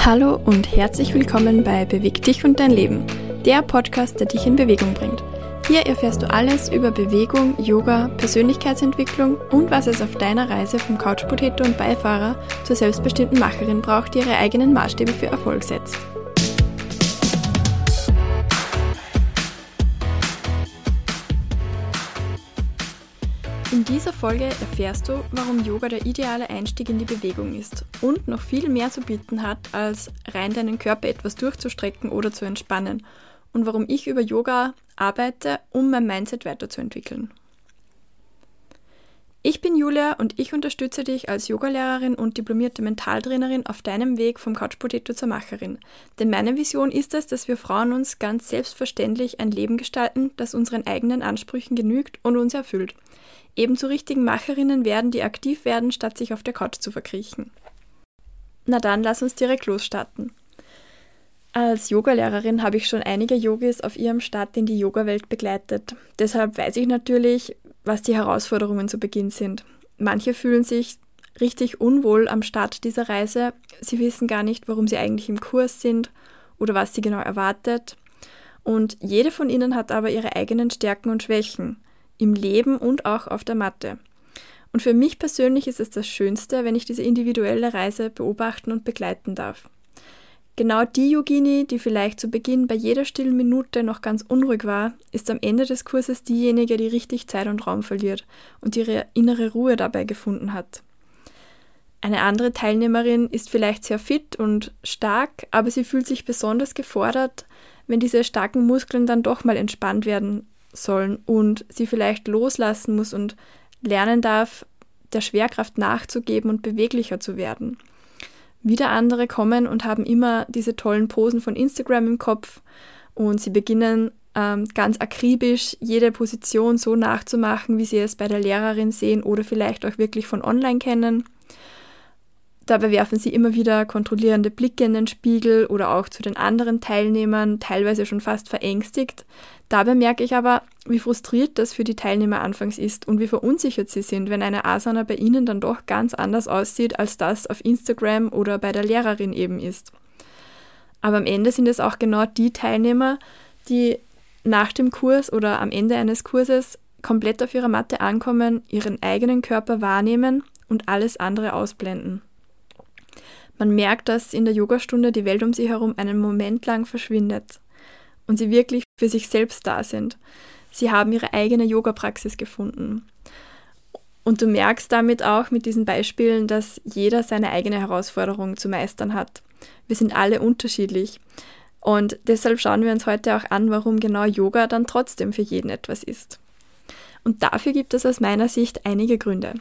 Hallo und herzlich willkommen bei Beweg dich und dein Leben, der Podcast, der dich in Bewegung bringt. Hier erfährst du alles über Bewegung, Yoga, Persönlichkeitsentwicklung und was es auf deiner Reise vom Couch-Potato und Beifahrer zur selbstbestimmten Macherin braucht, die ihre eigenen Maßstäbe für Erfolg setzt. In dieser Folge erfährst du, warum Yoga der ideale Einstieg in die Bewegung ist und noch viel mehr zu bieten hat, als rein deinen Körper etwas durchzustrecken oder zu entspannen und warum ich über Yoga arbeite, um mein Mindset weiterzuentwickeln. Ich bin Julia und ich unterstütze dich als Yogalehrerin und diplomierte Mentaltrainerin auf deinem Weg vom Couch-Potato zur Macherin. Denn meine Vision ist es, dass wir Frauen uns ganz selbstverständlich ein Leben gestalten, das unseren eigenen Ansprüchen genügt und uns erfüllt. Eben zu richtigen Macherinnen werden, die aktiv werden, statt sich auf der Couch zu verkriechen. Na dann, lass uns direkt losstarten. Als Yogalehrerin habe ich schon einige Yogis auf ihrem Start in die Yoga-Welt begleitet. Deshalb weiß ich natürlich, was die Herausforderungen zu Beginn sind. Manche fühlen sich richtig unwohl am Start dieser Reise. Sie wissen gar nicht, warum sie eigentlich im Kurs sind oder was sie genau erwartet. Und jede von ihnen hat aber ihre eigenen Stärken und Schwächen. Im Leben und auch auf der Matte. Und für mich persönlich ist es das Schönste, wenn ich diese individuelle Reise beobachten und begleiten darf. Genau die Yogini, die vielleicht zu Beginn bei jeder stillen Minute noch ganz unruhig war, ist am Ende des Kurses diejenige, die richtig Zeit und Raum verliert und ihre innere Ruhe dabei gefunden hat. Eine andere Teilnehmerin ist vielleicht sehr fit und stark, aber sie fühlt sich besonders gefordert, wenn diese starken Muskeln dann doch mal entspannt werden sollen und sie vielleicht loslassen muss und lernen darf, der Schwerkraft nachzugeben und beweglicher zu werden. Wieder andere kommen und haben immer diese tollen Posen von Instagram im Kopf und sie beginnen ganz akribisch jede Position so nachzumachen, wie sie es bei der Lehrerin sehen oder vielleicht auch wirklich von online kennen. Dabei werfen sie immer wieder kontrollierende Blicke in den Spiegel oder auch zu den anderen Teilnehmern, teilweise schon fast verängstigt. Dabei merke ich aber, wie frustriert das für die Teilnehmer anfangs ist und wie verunsichert sie sind, wenn eine Asana bei ihnen dann doch ganz anders aussieht, als das auf Instagram oder bei der Lehrerin eben ist. Aber am Ende sind es auch genau die Teilnehmer, die nach dem Kurs oder am Ende eines Kurses komplett auf ihrer Matte ankommen, ihren eigenen Körper wahrnehmen und alles andere ausblenden. Man merkt, dass in der Yogastunde die Welt um sie herum einen Moment lang verschwindet und sie wirklich für sich selbst da sind. Sie haben ihre eigene Yoga-Praxis gefunden. Und du merkst damit auch mit diesen Beispielen, dass jeder seine eigene Herausforderung zu meistern hat. Wir sind alle unterschiedlich. Und deshalb schauen wir uns heute auch an, warum genau Yoga dann trotzdem für jeden etwas ist. Und dafür gibt es aus meiner Sicht einige Gründe.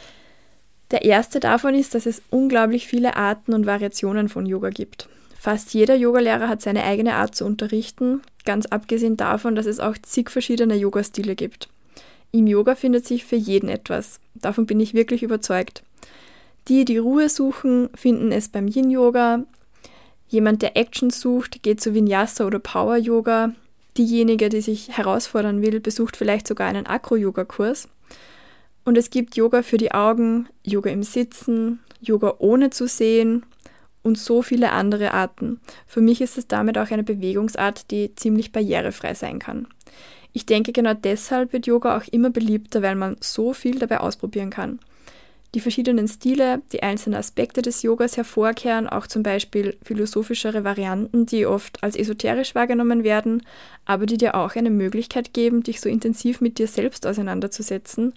Der erste davon ist, dass es unglaublich viele Arten und Variationen von Yoga gibt. Fast jeder Yogalehrer hat seine eigene Art zu unterrichten, ganz abgesehen davon, dass es auch zig verschiedene Yoga-Stile gibt. Im Yoga findet sich für jeden etwas. Davon bin ich wirklich überzeugt. Die Ruhe suchen, finden es beim Yin-Yoga. Jemand, der Action sucht, geht zu Vinyasa oder Power-Yoga. Diejenige, die sich herausfordern will, besucht vielleicht sogar einen Acro-Yoga-Kurs. Und es gibt Yoga für die Augen, Yoga im Sitzen, Yoga ohne zu sehen und so viele andere Arten. Für mich ist es damit auch eine Bewegungsart, die ziemlich barrierefrei sein kann. Ich denke, genau deshalb wird Yoga auch immer beliebter, weil man so viel dabei ausprobieren kann. Die verschiedenen Stile, die einzelnen Aspekte des Yogas hervorkehren, auch zum Beispiel philosophischere Varianten, die oft als esoterisch wahrgenommen werden, aber die dir auch eine Möglichkeit geben, dich so intensiv mit dir selbst auseinanderzusetzen,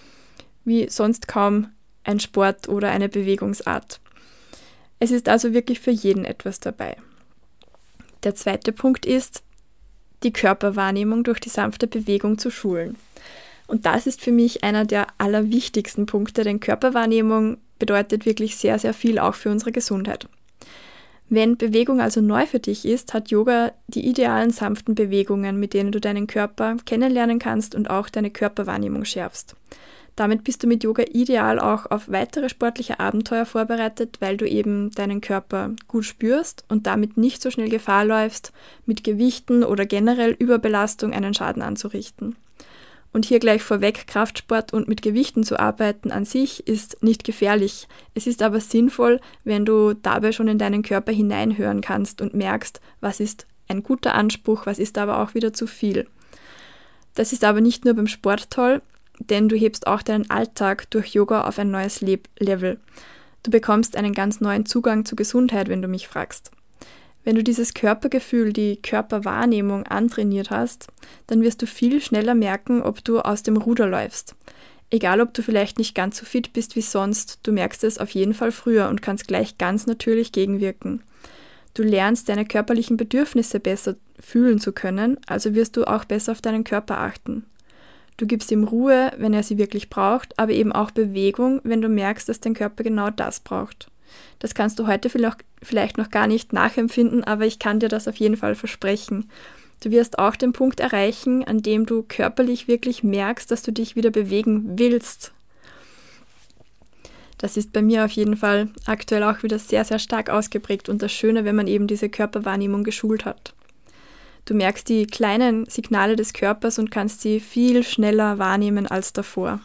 wie sonst kaum ein Sport oder eine Bewegungsart. Es ist also wirklich für jeden etwas dabei. Der zweite Punkt ist, die Körperwahrnehmung durch die sanfte Bewegung zu schulen. Und das ist für mich einer der allerwichtigsten Punkte, denn Körperwahrnehmung bedeutet wirklich sehr, sehr viel auch für unsere Gesundheit. Wenn Bewegung also neu für dich ist, hat Yoga die idealen sanften Bewegungen, mit denen du deinen Körper kennenlernen kannst und auch deine Körperwahrnehmung schärfst. Damit bist du mit Yoga ideal auch auf weitere sportliche Abenteuer vorbereitet, weil du eben deinen Körper gut spürst und damit nicht so schnell Gefahr läufst, mit Gewichten oder generell Überbelastung einen Schaden anzurichten. Und hier gleich vorweg, Kraftsport und mit Gewichten zu arbeiten an sich ist nicht gefährlich. Es ist aber sinnvoll, wenn du dabei schon in deinen Körper hineinhören kannst und merkst, was ist ein guter Anspruch, was ist aber auch wieder zu viel. Das ist aber nicht nur beim Sport toll, denn du hebst auch deinen Alltag durch Yoga auf ein neues Level. Du bekommst einen ganz neuen Zugang zur Gesundheit, wenn du mich fragst. Wenn du dieses Körpergefühl, die Körperwahrnehmung antrainiert hast, dann wirst du viel schneller merken, ob du aus dem Ruder läufst. Egal, ob du vielleicht nicht ganz so fit bist wie sonst, du merkst es auf jeden Fall früher und kannst gleich ganz natürlich gegenwirken. Du lernst, deine körperlichen Bedürfnisse besser fühlen zu können, also wirst du auch besser auf deinen Körper achten. Du gibst ihm Ruhe, wenn er sie wirklich braucht, aber eben auch Bewegung, wenn du merkst, dass dein Körper genau das braucht. Das kannst du heute vielleicht noch gar nicht nachempfinden, aber ich kann dir das auf jeden Fall versprechen. Du wirst auch den Punkt erreichen, an dem du körperlich wirklich merkst, dass du dich wieder bewegen willst. Das ist bei mir auf jeden Fall aktuell auch wieder sehr, sehr stark ausgeprägt und das Schöne, wenn man eben diese Körperwahrnehmung geschult hat. Du merkst die kleinen Signale des Körpers und kannst sie viel schneller wahrnehmen als davor.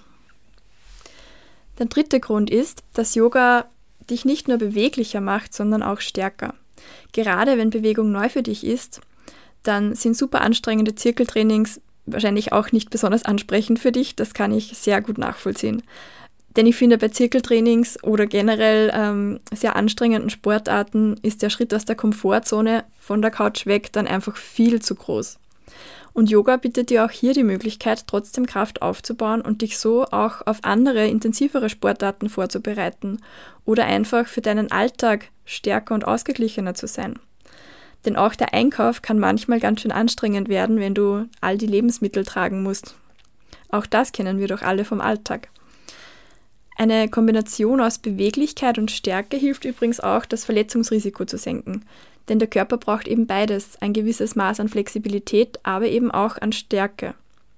Der dritte Grund ist, dass Yoga dich nicht nur beweglicher macht, sondern auch stärker. Gerade wenn Bewegung neu für dich ist, dann sind super anstrengende Zirkeltrainings wahrscheinlich auch nicht besonders ansprechend für dich. Das kann ich sehr gut nachvollziehen. Denn ich finde, bei Zirkeltrainings oder generell sehr anstrengenden Sportarten ist der Schritt aus der Komfortzone von der Couch weg dann einfach viel zu groß. Und Yoga bietet dir auch hier die Möglichkeit, trotzdem Kraft aufzubauen und dich so auch auf andere, intensivere Sportarten vorzubereiten oder einfach für deinen Alltag stärker und ausgeglichener zu sein. Denn auch der Einkauf kann manchmal ganz schön anstrengend werden, wenn du all die Lebensmittel tragen musst. Auch das kennen wir doch alle vom Alltag. Eine Kombination aus Beweglichkeit und Stärke hilft übrigens auch, das Verletzungsrisiko zu senken. Denn der Körper braucht eben beides, ein gewisses Maß an Flexibilität, aber eben auch an Stärke.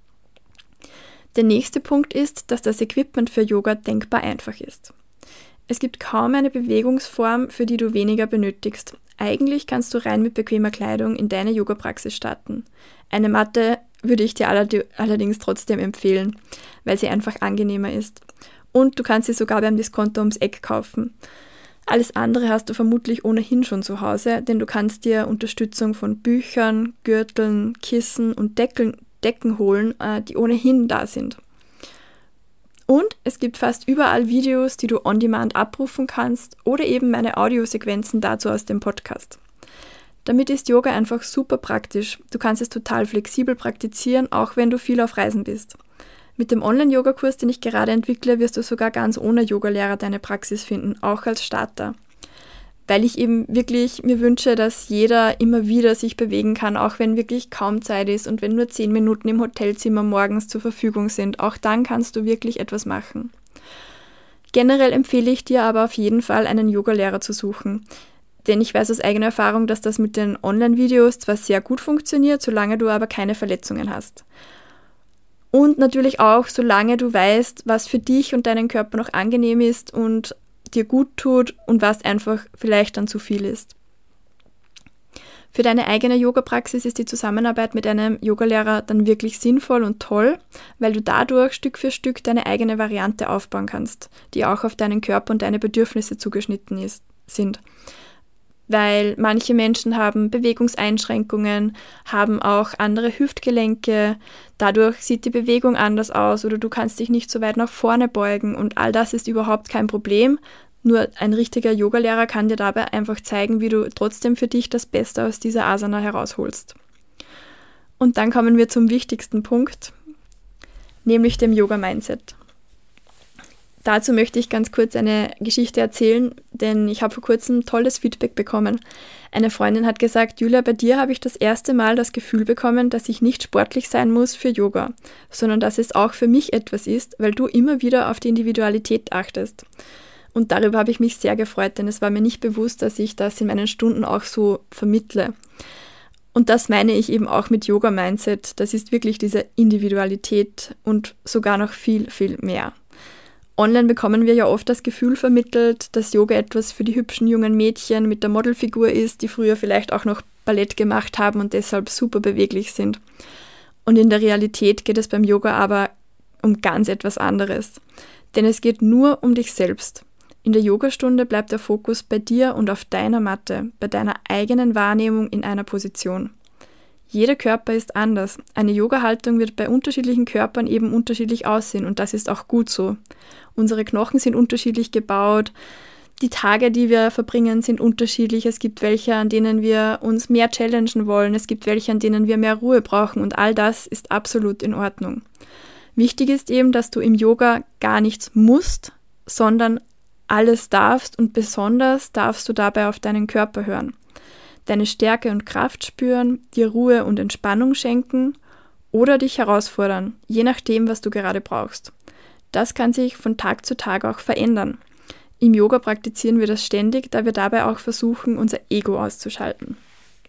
Der nächste Punkt ist, dass das Equipment für Yoga denkbar einfach ist. Es gibt kaum eine Bewegungsform, für die du weniger benötigst. Eigentlich kannst du rein mit bequemer Kleidung in deine Yoga-Praxis starten. Eine Matte würde ich dir allerdings trotzdem empfehlen, weil sie einfach angenehmer ist. Und du kannst sie sogar beim Discounter ums Eck kaufen. Alles andere hast du vermutlich ohnehin schon zu Hause, denn du kannst dir Unterstützung von Büchern, Gürteln, Kissen und Decken holen, die ohnehin da sind. Und es gibt fast überall Videos, die du on demand abrufen kannst oder eben meine Audiosequenzen dazu aus dem Podcast. Damit ist Yoga einfach super praktisch. Du kannst es total flexibel praktizieren, auch wenn du viel auf Reisen bist. Mit dem Online-Yoga-Kurs, den ich gerade entwickle, wirst du sogar ganz ohne Yogalehrer deine Praxis finden, auch als Starter. Weil ich eben wirklich mir wünsche, dass jeder immer wieder sich bewegen kann, auch wenn wirklich kaum Zeit ist und wenn nur 10 Minuten im Hotelzimmer morgens zur Verfügung sind. Auch dann kannst du wirklich etwas machen. Generell empfehle ich dir aber auf jeden Fall, einen Yogalehrer zu suchen. Denn ich weiß aus eigener Erfahrung, dass das mit den Online-Videos zwar sehr gut funktioniert, solange du aber keine Verletzungen hast. Und natürlich auch, solange du weißt, was für dich und deinen Körper noch angenehm ist und dir gut tut und was einfach vielleicht dann zu viel ist. Für deine eigene Yoga-Praxis ist die Zusammenarbeit mit einem Yogalehrer dann wirklich sinnvoll und toll, weil du dadurch Stück für Stück deine eigene Variante aufbauen kannst, die auch auf deinen Körper und deine Bedürfnisse zugeschnitten sind. Weil manche Menschen haben Bewegungseinschränkungen, haben auch andere Hüftgelenke, dadurch sieht die Bewegung anders aus oder du kannst dich nicht so weit nach vorne beugen und all das ist überhaupt kein Problem. Nur ein richtiger Yogalehrer kann dir dabei einfach zeigen, wie du trotzdem für dich das Beste aus dieser Asana herausholst. Und dann kommen wir zum wichtigsten Punkt, nämlich dem Yoga-Mindset. Dazu möchte ich ganz kurz eine Geschichte erzählen, denn ich habe vor kurzem tolles Feedback bekommen. Eine Freundin hat gesagt, Julia, bei dir habe ich das erste Mal das Gefühl bekommen, dass ich nicht sportlich sein muss für Yoga, sondern dass es auch für mich etwas ist, weil du immer wieder auf die Individualität achtest. Und darüber habe ich mich sehr gefreut, denn es war mir nicht bewusst, dass ich das in meinen Stunden auch so vermittle. Und das meine ich eben auch mit Yoga-Mindset. Das ist wirklich diese Individualität und sogar noch viel, viel mehr. Online bekommen wir ja oft das Gefühl vermittelt, dass Yoga etwas für die hübschen jungen Mädchen mit der Modelfigur ist, die früher vielleicht auch noch Ballett gemacht haben und deshalb super beweglich sind. Und in der Realität geht es beim Yoga aber um ganz etwas anderes. Denn es geht nur um dich selbst. In der Yogastunde bleibt der Fokus bei dir und auf deiner Matte, bei deiner eigenen Wahrnehmung in einer Position. Jeder Körper ist anders. Eine Yoga-Haltung wird bei unterschiedlichen Körpern eben unterschiedlich aussehen und das ist auch gut so. Unsere Knochen sind unterschiedlich gebaut, die Tage, die wir verbringen, sind unterschiedlich. Es gibt welche, an denen wir uns mehr challengen wollen, es gibt welche, an denen wir mehr Ruhe brauchen und all das ist absolut in Ordnung. Wichtig ist eben, dass du im Yoga gar nichts musst, sondern alles darfst und besonders darfst du dabei auf deinen Körper hören. Deine Stärke und Kraft spüren, dir Ruhe und Entspannung schenken oder dich herausfordern, je nachdem, was du gerade brauchst. Das kann sich von Tag zu Tag auch verändern. Im Yoga praktizieren wir das ständig, da wir dabei auch versuchen, unser Ego auszuschalten.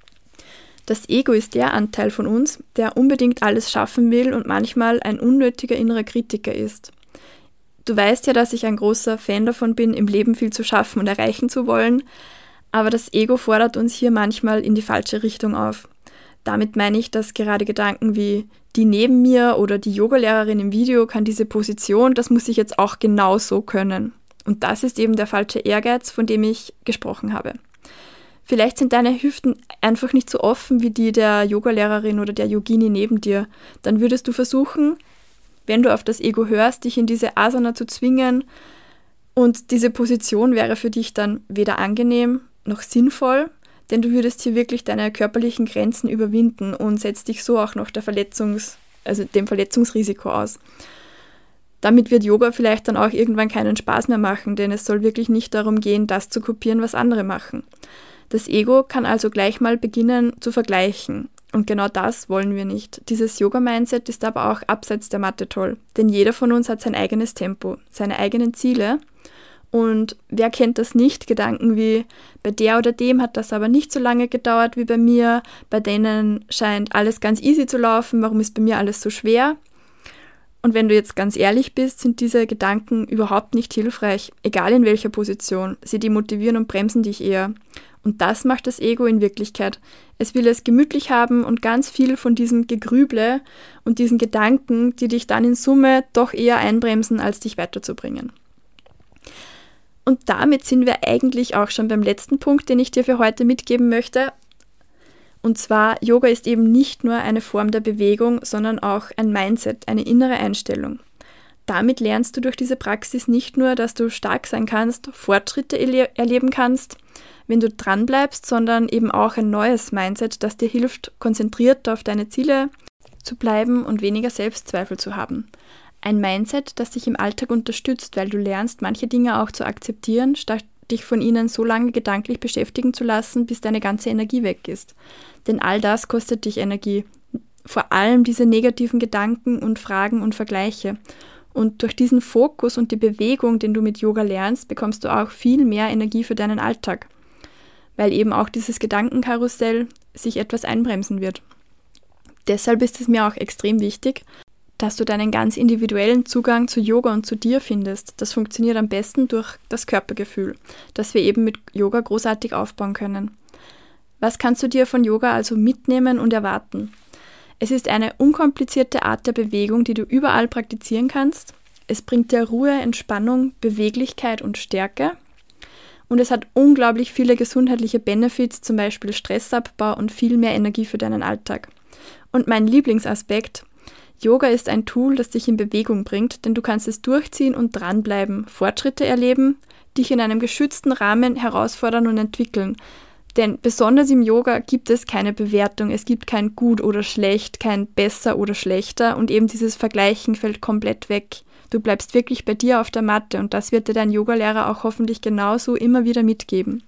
Das Ego ist der Anteil von uns, der unbedingt alles schaffen will und manchmal ein unnötiger innerer Kritiker ist. Du weißt ja, dass ich ein großer Fan davon bin, im Leben viel zu schaffen und erreichen zu wollen, aber das Ego fordert uns hier manchmal in die falsche Richtung auf. Damit meine ich, dass gerade Gedanken wie die neben mir oder die Yogalehrerin im Video kann diese Position, das muss ich jetzt auch genau so können. Und das ist eben der falsche Ehrgeiz, von dem ich gesprochen habe. Vielleicht sind deine Hüften einfach nicht so offen wie die der Yogalehrerin oder der Yogini neben dir. Dann würdest du versuchen, wenn du auf das Ego hörst, dich in diese Asana zu zwingen und diese Position wäre für dich dann weder angenehm noch sinnvoll, denn du würdest hier wirklich deine körperlichen Grenzen überwinden und setzt dich so auch noch dem Verletzungsrisiko aus. Damit wird Yoga vielleicht dann auch irgendwann keinen Spaß mehr machen, denn es soll wirklich nicht darum gehen, das zu kopieren, was andere machen. Das Ego kann also gleich mal beginnen zu vergleichen. Und genau das wollen wir nicht. Dieses Yoga-Mindset ist aber auch abseits der Matte toll, denn jeder von uns hat sein eigenes Tempo, seine eigenen Ziele. Und wer kennt das nicht? Gedanken wie, bei der oder dem hat das aber nicht so lange gedauert wie bei mir, bei denen scheint alles ganz easy zu laufen, warum ist bei mir alles so schwer? Und wenn du jetzt ganz ehrlich bist, sind diese Gedanken überhaupt nicht hilfreich, egal in welcher Position. Sie demotivieren und bremsen dich eher. Und das macht das Ego in Wirklichkeit. Es will es gemütlich haben und ganz viel von diesem Gegrüble und diesen Gedanken, die dich dann in Summe doch eher einbremsen, als dich weiterzubringen. Und damit sind wir eigentlich auch schon beim letzten Punkt, den ich dir für heute mitgeben möchte. Und zwar, Yoga ist eben nicht nur eine Form der Bewegung, sondern auch ein Mindset, eine innere Einstellung. Damit lernst du durch diese Praxis nicht nur, dass du stark sein kannst, Fortschritte erleben kannst, wenn du dranbleibst, sondern eben auch ein neues Mindset, das dir hilft, konzentriert auf deine Ziele zu bleiben und weniger Selbstzweifel zu haben. Ein Mindset, das dich im Alltag unterstützt, weil du lernst, manche Dinge auch zu akzeptieren, statt dich von ihnen so lange gedanklich beschäftigen zu lassen, bis deine ganze Energie weg ist. Denn all das kostet dich Energie. Vor allem diese negativen Gedanken und Fragen und Vergleiche. Und durch diesen Fokus und die Bewegung, den du mit Yoga lernst, bekommst du auch viel mehr Energie für deinen Alltag. Weil eben auch dieses Gedankenkarussell sich etwas einbremsen wird. Deshalb ist es mir auch extrem wichtig, dass du deinen ganz individuellen Zugang zu Yoga und zu dir findest. Das funktioniert am besten durch das Körpergefühl, das wir eben mit Yoga großartig aufbauen können. Was kannst du dir von Yoga also mitnehmen und erwarten? Es ist eine unkomplizierte Art der Bewegung, die du überall praktizieren kannst. Es bringt dir Ruhe, Entspannung, Beweglichkeit und Stärke. Und es hat unglaublich viele gesundheitliche Benefits, zum Beispiel Stressabbau und viel mehr Energie für deinen Alltag. Und mein Lieblingsaspekt: Yoga ist ein Tool, das dich in Bewegung bringt, denn du kannst es durchziehen und dranbleiben, Fortschritte erleben, dich in einem geschützten Rahmen herausfordern und entwickeln. Denn besonders im Yoga gibt es keine Bewertung, es gibt kein Gut oder Schlecht, kein Besser oder Schlechter und eben dieses Vergleichen fällt komplett weg. Du bleibst wirklich bei dir auf der Matte und das wird dir dein Yogalehrer auch hoffentlich genauso immer wieder mitgeben.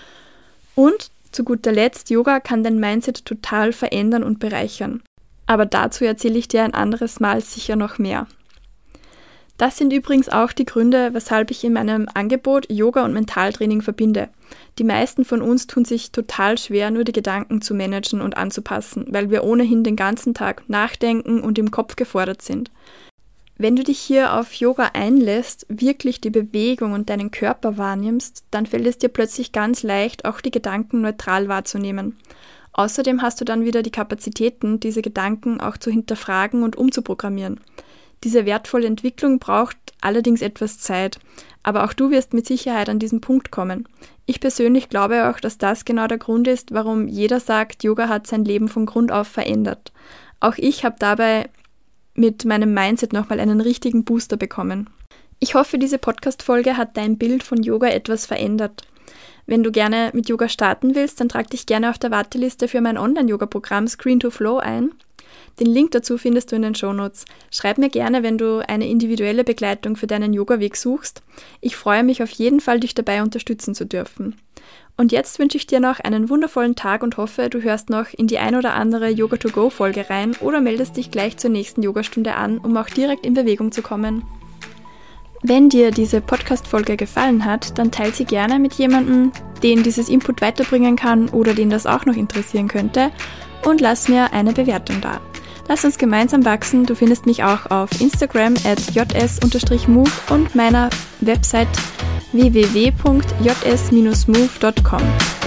Und zu guter Letzt, Yoga kann dein Mindset total verändern und bereichern. Aber dazu erzähle ich dir ein anderes Mal sicher noch mehr. Das sind übrigens auch die Gründe, weshalb ich in meinem Angebot Yoga und Mentaltraining verbinde. Die meisten von uns tun sich total schwer, nur die Gedanken zu managen und anzupassen, weil wir ohnehin den ganzen Tag nachdenken und im Kopf gefordert sind. Wenn du dich hier auf Yoga einlässt, wirklich die Bewegung und deinen Körper wahrnimmst, dann fällt es dir plötzlich ganz leicht, auch die Gedanken neutral wahrzunehmen. Außerdem hast du dann wieder die Kapazitäten, diese Gedanken auch zu hinterfragen und umzuprogrammieren. Diese wertvolle Entwicklung braucht allerdings etwas Zeit, aber auch du wirst mit Sicherheit an diesen Punkt kommen. Ich persönlich glaube auch, dass das genau der Grund ist, warum jeder sagt, Yoga hat sein Leben von Grund auf verändert. Auch ich habe dabei mit meinem Mindset nochmal einen richtigen Booster bekommen. Ich hoffe, diese Podcast-Folge hat dein Bild von Yoga etwas verändert. Wenn du gerne mit Yoga starten willst, dann trag dich gerne auf der Warteliste für mein Online-Yoga-Programm Screen to Flow ein. Den Link dazu findest du in den Shownotes. Schreib mir gerne, wenn du eine individuelle Begleitung für deinen Yoga-Weg suchst. Ich freue mich auf jeden Fall, dich dabei unterstützen zu dürfen. Und jetzt wünsche ich dir noch einen wundervollen Tag und hoffe, du hörst noch in die ein oder andere Yoga-to-Go-Folge rein oder meldest dich gleich zur nächsten Yogastunde an, um auch direkt in Bewegung zu kommen. Wenn dir diese Podcast-Folge gefallen hat, dann teile sie gerne mit jemandem, den dieses Input weiterbringen kann oder den das auch noch interessieren könnte, und lass mir eine Bewertung da. Lass uns gemeinsam wachsen. Du findest mich auch auf Instagram @js_move und meiner Website www.js-move.com.